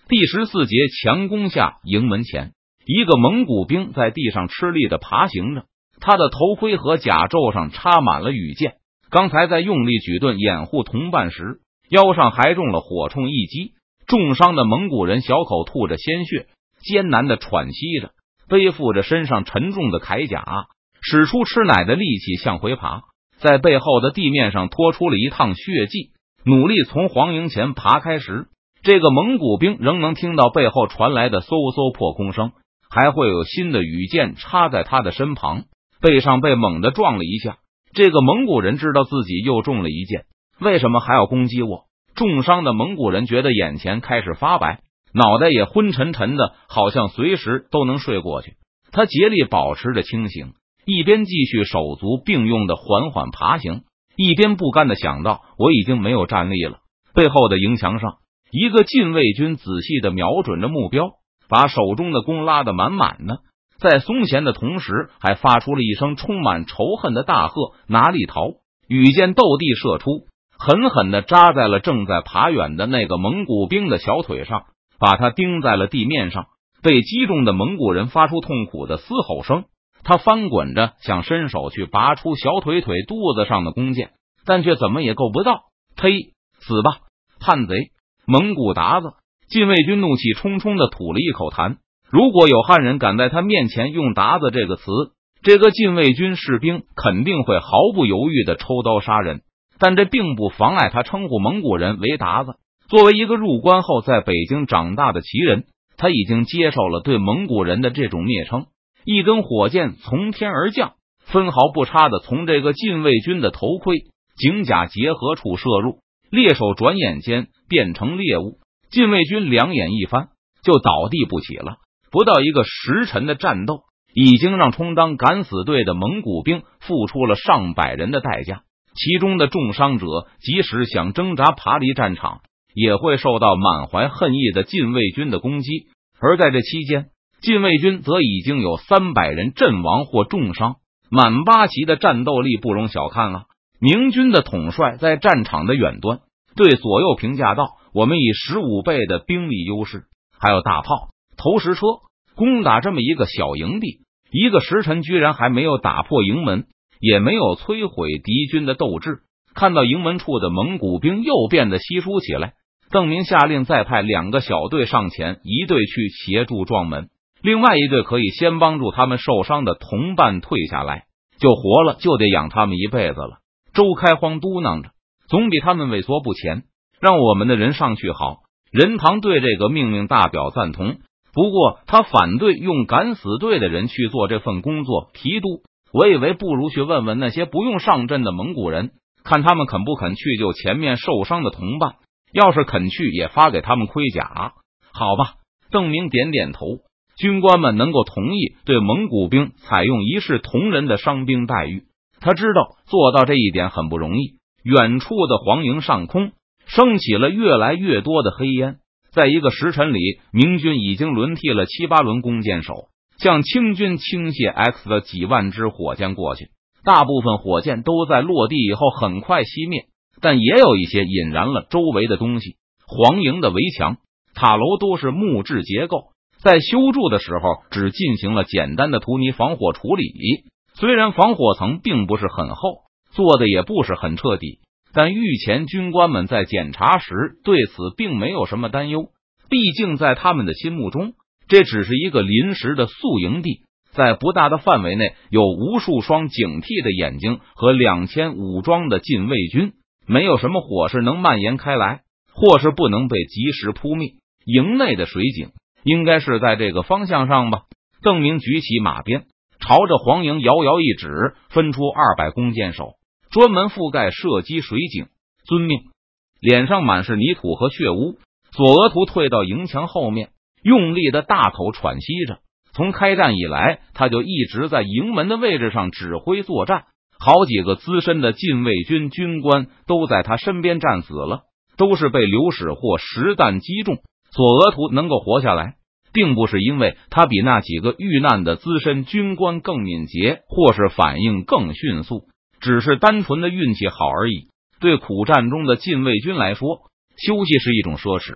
第14节强攻下营门前，一个蒙古兵在地上吃力地爬行着，他的头盔和甲胄上插满了羽箭，刚才在用力举盾掩护同伴时，腰上还中了火铳一击。重伤的蒙古人小口吐着鲜血，艰难地喘息着，背负着身上沉重的铠甲，使出吃奶的力气向回爬，在背后的地面上拖出了一趟血迹，努力从黄营前爬开时，这个蒙古兵仍能听到背后传来的嗖嗖破空声，还会有新的羽箭插在他的身旁，背上被猛地撞了一下。这个蒙古人知道自己又中了一箭，为什么还要攻击我？重伤的蒙古人觉得眼前开始发白，脑袋也昏沉沉的，好像随时都能睡过去。他竭力保持着清醒，一边继续手足并用的缓缓爬行，一边不甘的想到，我已经没有战力了。背后的营墙上，一个禁卫军仔细的瞄准着目标，把手中的弓拉得满满的，在松弦的同时还发出了一声充满仇恨的大喝，拿力逃！羽箭斗地射出，狠狠地扎在了正在爬远的那个蒙古兵的小腿上，把他钉在了地面上。被击中的蒙古人发出痛苦的嘶吼声，他翻滚着想伸手去拔出小腿肚子上的弓箭，但却怎么也够不到。呸！死吧，叛贼！蒙古鞑子！禁卫军怒气冲冲地吐了一口痰。如果有汉人敢在他面前用鞑子这个词，这个禁卫军士兵肯定会毫不犹豫地抽刀杀人。但这并不妨碍他称呼蒙古人为鞑子。作为一个入关后在北京长大的旗人，他已经接受了对蒙古人的这种蔑称。一根火箭从天而降，分毫不差的从这个禁卫军的头盔、颈甲结合处射入，猎手转眼间变成猎物。禁卫军两眼一翻，就倒地不起了。不到一个时辰的战斗，已经让充当敢死队的蒙古兵付出了上百人的代价。其中的重伤者即使想挣扎爬离战场，也会受到满怀恨意的禁卫军的攻击。而在这期间，禁卫军则已经有300人阵亡或重伤。满八旗的战斗力不容小看啊！明军的统帅在战场的远端对左右评价道：我们以15倍的兵力优势，还有大炮、投石车，攻打这么一个小营地，一个时辰居然还没有打破营门，也没有摧毁敌军的斗志。看到营门处的蒙古兵又变得稀疏起来，邓明下令再派2个小队上前，一队去协助撞门，另外一队可以先帮助他们受伤的同伴退下来，就活了就得养他们一辈子了。周开荒嘟囔着，总比他们畏缩不前，让我们的人上去好。任堂对这个命令大表赞同，不过他反对用敢死队的人去做这份工作。提督，我以为不如去问问那些不用上阵的蒙古人，看他们肯不肯去救前面受伤的同伴，要是肯去，也发给他们盔甲。好吧，邓明点点头。军官们能够同意对蒙古兵采用一视同仁的伤兵待遇，他知道做到这一点很不容易。远处的黄营上空升起了越来越多的黑烟，在一个时辰里，明军已经轮替了7、8轮弓箭手，向清军倾泻 X 的几万支火箭过去。大部分火箭都在落地以后很快熄灭，但也有一些引燃了周围的东西。黄营的围墙、塔楼都是木质结构，在修筑的时候只进行了简单的涂泥防火处理。虽然防火层并不是很厚，做的也不是很彻底，但御前军官们在检查时对此并没有什么担忧。毕竟在他们的心目中，这只是一个临时的宿营地，在不大的范围内有无数双警惕的眼睛和2000武装的禁卫军，没有什么火势能蔓延开来，或是不能被及时扑灭。营内的水井应该是在这个方向上吧。邓明举起马鞭，朝着黄营遥遥一指，分出200弓箭手，专门覆盖射击水井。遵命。脸上满是泥土和血污，索额图退到营墙后面，用力的大口喘息着。从开战以来，他就一直在营门的位置上指挥作战，好几个资深的禁卫军军官都在他身边战死了，都是被流矢或实弹击中。索额图能够活下来，并不是因为他比那几个遇难的资深军官更敏捷，或是反应更迅速，只是单纯的运气好而已。对苦战中的禁卫军来说，休息是一种奢侈，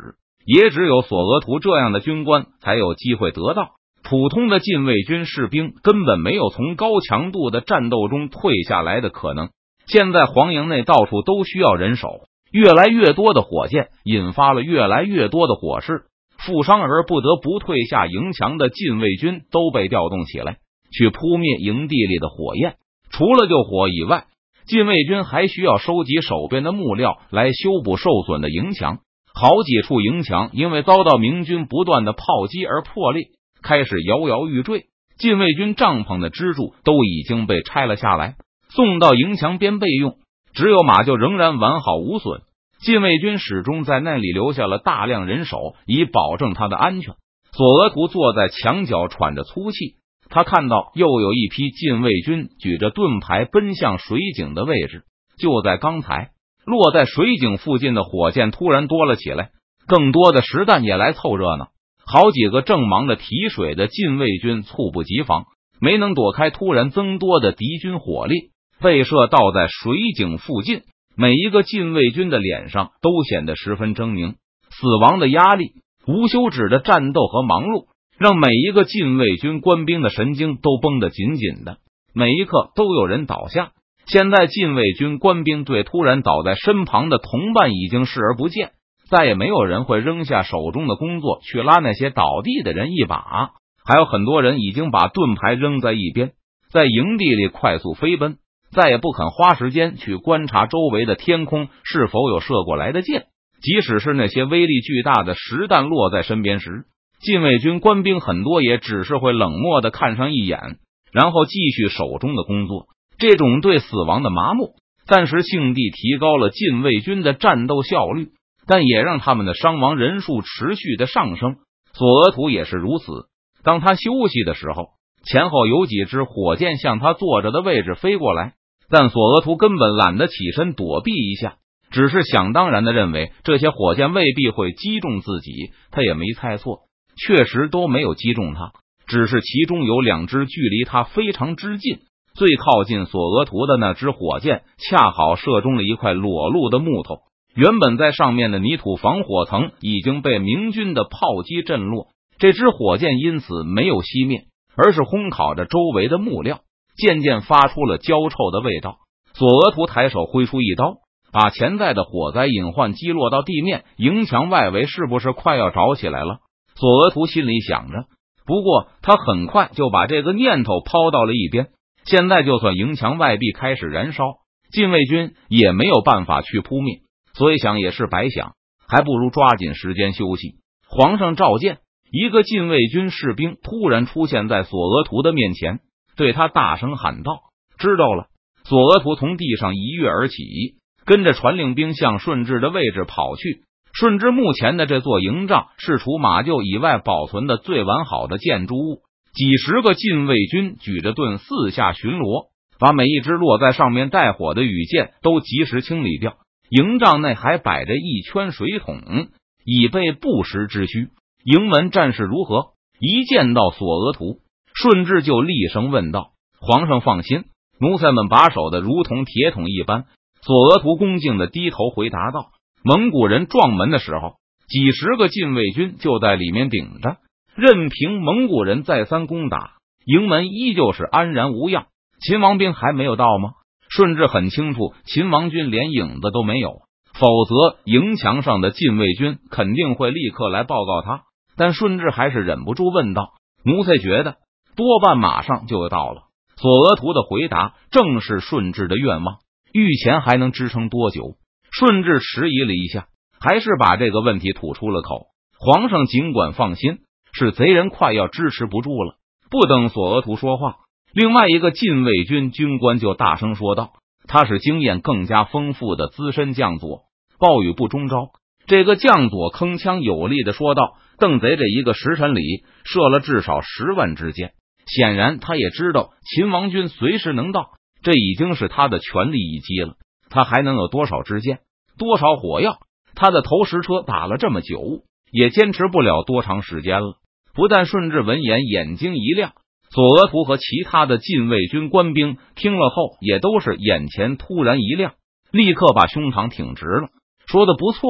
也只有索额图这样的军官才有机会得到。普通的禁卫军士兵根本没有从高强度的战斗中退下来的可能。现在黄营内到处都需要人手，越来越多的火箭引发了越来越多的火势，负伤而不得不退下营墙的禁卫军都被调动起来，去扑灭营地里的火焰。除了救火以外，禁卫军还需要收集手边的木料来修补受损的营墙。好几处营墙因为遭到明军不断的炮击而破裂，开始摇摇欲坠。禁卫军帐篷的支柱都已经被拆了下来，送到营墙边备用，只有马厩仍然完好无损。禁卫军始终在那里留下了大量人手，以保证他的安全。索额图坐在墙角喘着粗气，他看到又有一批禁卫军举着盾牌奔向水井的位置。就在刚才，落在水井附近的火箭突然多了起来，更多的实弹也来凑热闹。好几个正忙着提水的禁卫军猝不及防，没能躲开突然增多的敌军火力，被射倒在水井附近。每一个禁卫军的脸上都显得十分狰狞，死亡的压力、无休止的战斗和忙碌，让每一个禁卫军官兵的神经都绷得紧紧的，每一刻都有人倒下。现在禁卫军官兵对突然倒在身旁的同伴已经视而不见，再也没有人会扔下手中的工作去拉那些倒地的人一把，还有很多人已经把盾牌扔在一边，在营地里快速飞奔，再也不肯花时间去观察周围的天空是否有射过来的箭。即使是那些威力巨大的实弹落在身边时，禁卫军官兵很多也只是会冷漠地看上一眼，然后继续手中的工作。这种对死亡的麻木暂时性地提高了禁卫军的战斗效率，但也让他们的伤亡人数持续的上升。索额图也是如此，当他休息的时候，前后有几支火箭向他坐着的位置飞过来，但索额图根本懒得起身躲避一下，只是想当然的认为这些火箭未必会击中自己。他也没猜错，确实都没有击中他，只是其中有两支距离他非常之近，最靠近索额图的那支火箭恰好射中了一块裸露的木头，原本在上面的泥土防火层已经被明军的炮击震落，这支火箭因此没有熄灭，而是烘烤着周围的木料，渐渐发出了焦臭的味道。索额图抬手挥出一刀，把潜在的火灾隐患击落到地面。营墙外围是不是快要着起来了？索额图心里想着，不过他很快就把这个念头抛到了一边。现在就算营墙外壁开始燃烧，禁卫军也没有办法去扑灭，所以想也是白想，还不如抓紧时间休息。皇上召见。一个禁卫军士兵突然出现在索额图的面前，对他大声喊道：知道了。索额图从地上一跃而起，跟着传令兵向顺治的位置跑去。顺治目前的这座营帐是除马厩以外保存的最完好的建筑物，几十个禁卫军举着盾四下巡逻，把每一只落在上面带火的羽箭都及时清理掉。营帐内还摆着一圈水桶，以备不时之需。营门战事如何？一见到索额图，顺治就厉声问道。皇上放心，奴才们把守的如同铁桶一般。索额图恭敬的低头回答道。蒙古人撞门的时候，几十个禁卫军就在里面顶着，任凭蒙古人再三攻打，营门依旧是安然无恙。秦王兵还没有到吗？顺治很清楚，秦王军连影子都没有，否则营墙上的禁卫军肯定会立刻来报告他。但顺治还是忍不住问道：奴才觉得多半马上就到了。索额图的回答正是顺治的愿望。御前还能支撑多久？顺治迟疑了一下，还是把这个问题吐出了口。皇上尽管放心，是贼人快要支持不住了。不等索额图说话，另外一个禁卫军军官就大声说道，他是经验更加丰富的资深将佐，暴雨不中招。这个将佐铿锵有力的说道，邓贼这一个时辰里射了至少10万支箭，显然他也知道秦王军随时能到，这已经是他的全力一击了。他还能有多少支箭，多少火药？他的投石车打了这么久，也坚持不了多长时间了。不但顺治闻言眼睛一亮，索额图和其他的禁卫军官兵听了后也都是眼前突然一亮，立刻把胸膛挺直了，说的不错，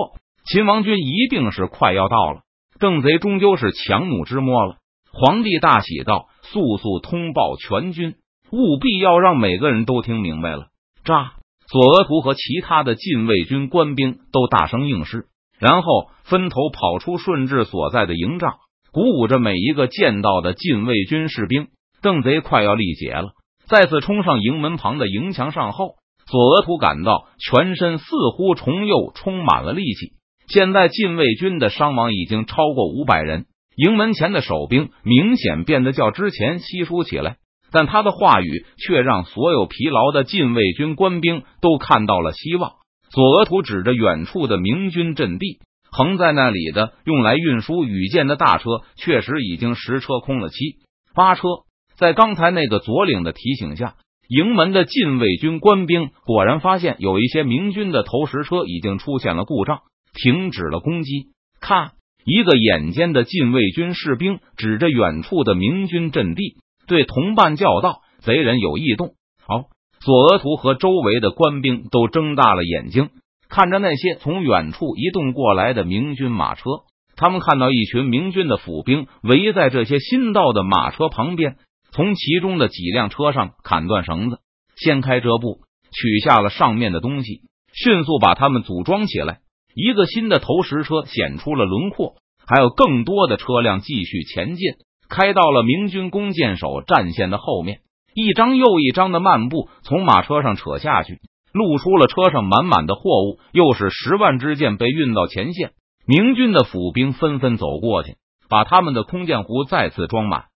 秦王军一定是快要到了，邓贼终究是强弩之末了。皇帝大喜道：“速速通报全军，务必要让每个人都听明白了。”扎索额图和其他的禁卫军官兵都大声应是，然后分头跑出顺治所在的营帐，鼓舞着每一个见到的禁卫军士兵。邓贼快要力竭了，再次冲上营门旁的营墙上后，索额图感到全身似乎重又充满了力气。现在禁卫军的伤亡已经超过500人，营门前的守兵明显变得较之前稀疏起来，但他的话语却让所有疲劳的禁卫军官兵都看到了希望。索额图指着远处的明军阵地，横在那里的用来运输羽箭的大车确实已经10车空了7、8车。在刚才那个左领的提醒下，营门的禁卫军官兵果然发现有一些明军的投石车已经出现了故障，停止了攻击。看，一个眼尖的禁卫军士兵指着远处的明军阵地，对同伴叫道：“贼人有异动！”好，索额图和周围的官兵都睁大了眼睛，看着那些从远处移动过来的明军马车。他们看到一群明军的府兵围在这些新到的马车旁边，从其中的几辆车上砍断绳子，掀开遮布，取下了上面的东西，迅速把它们组装起来。一个新的投石车显出了轮廓，还有更多的车辆继续前进，开到了明军弓箭手战线的后面。一张又一张的幔布从马车上扯下去，露出了车上满满的货物，又是10万支箭被运到前线。明军的府兵纷纷走过去，把他们的空箭壶再次装满。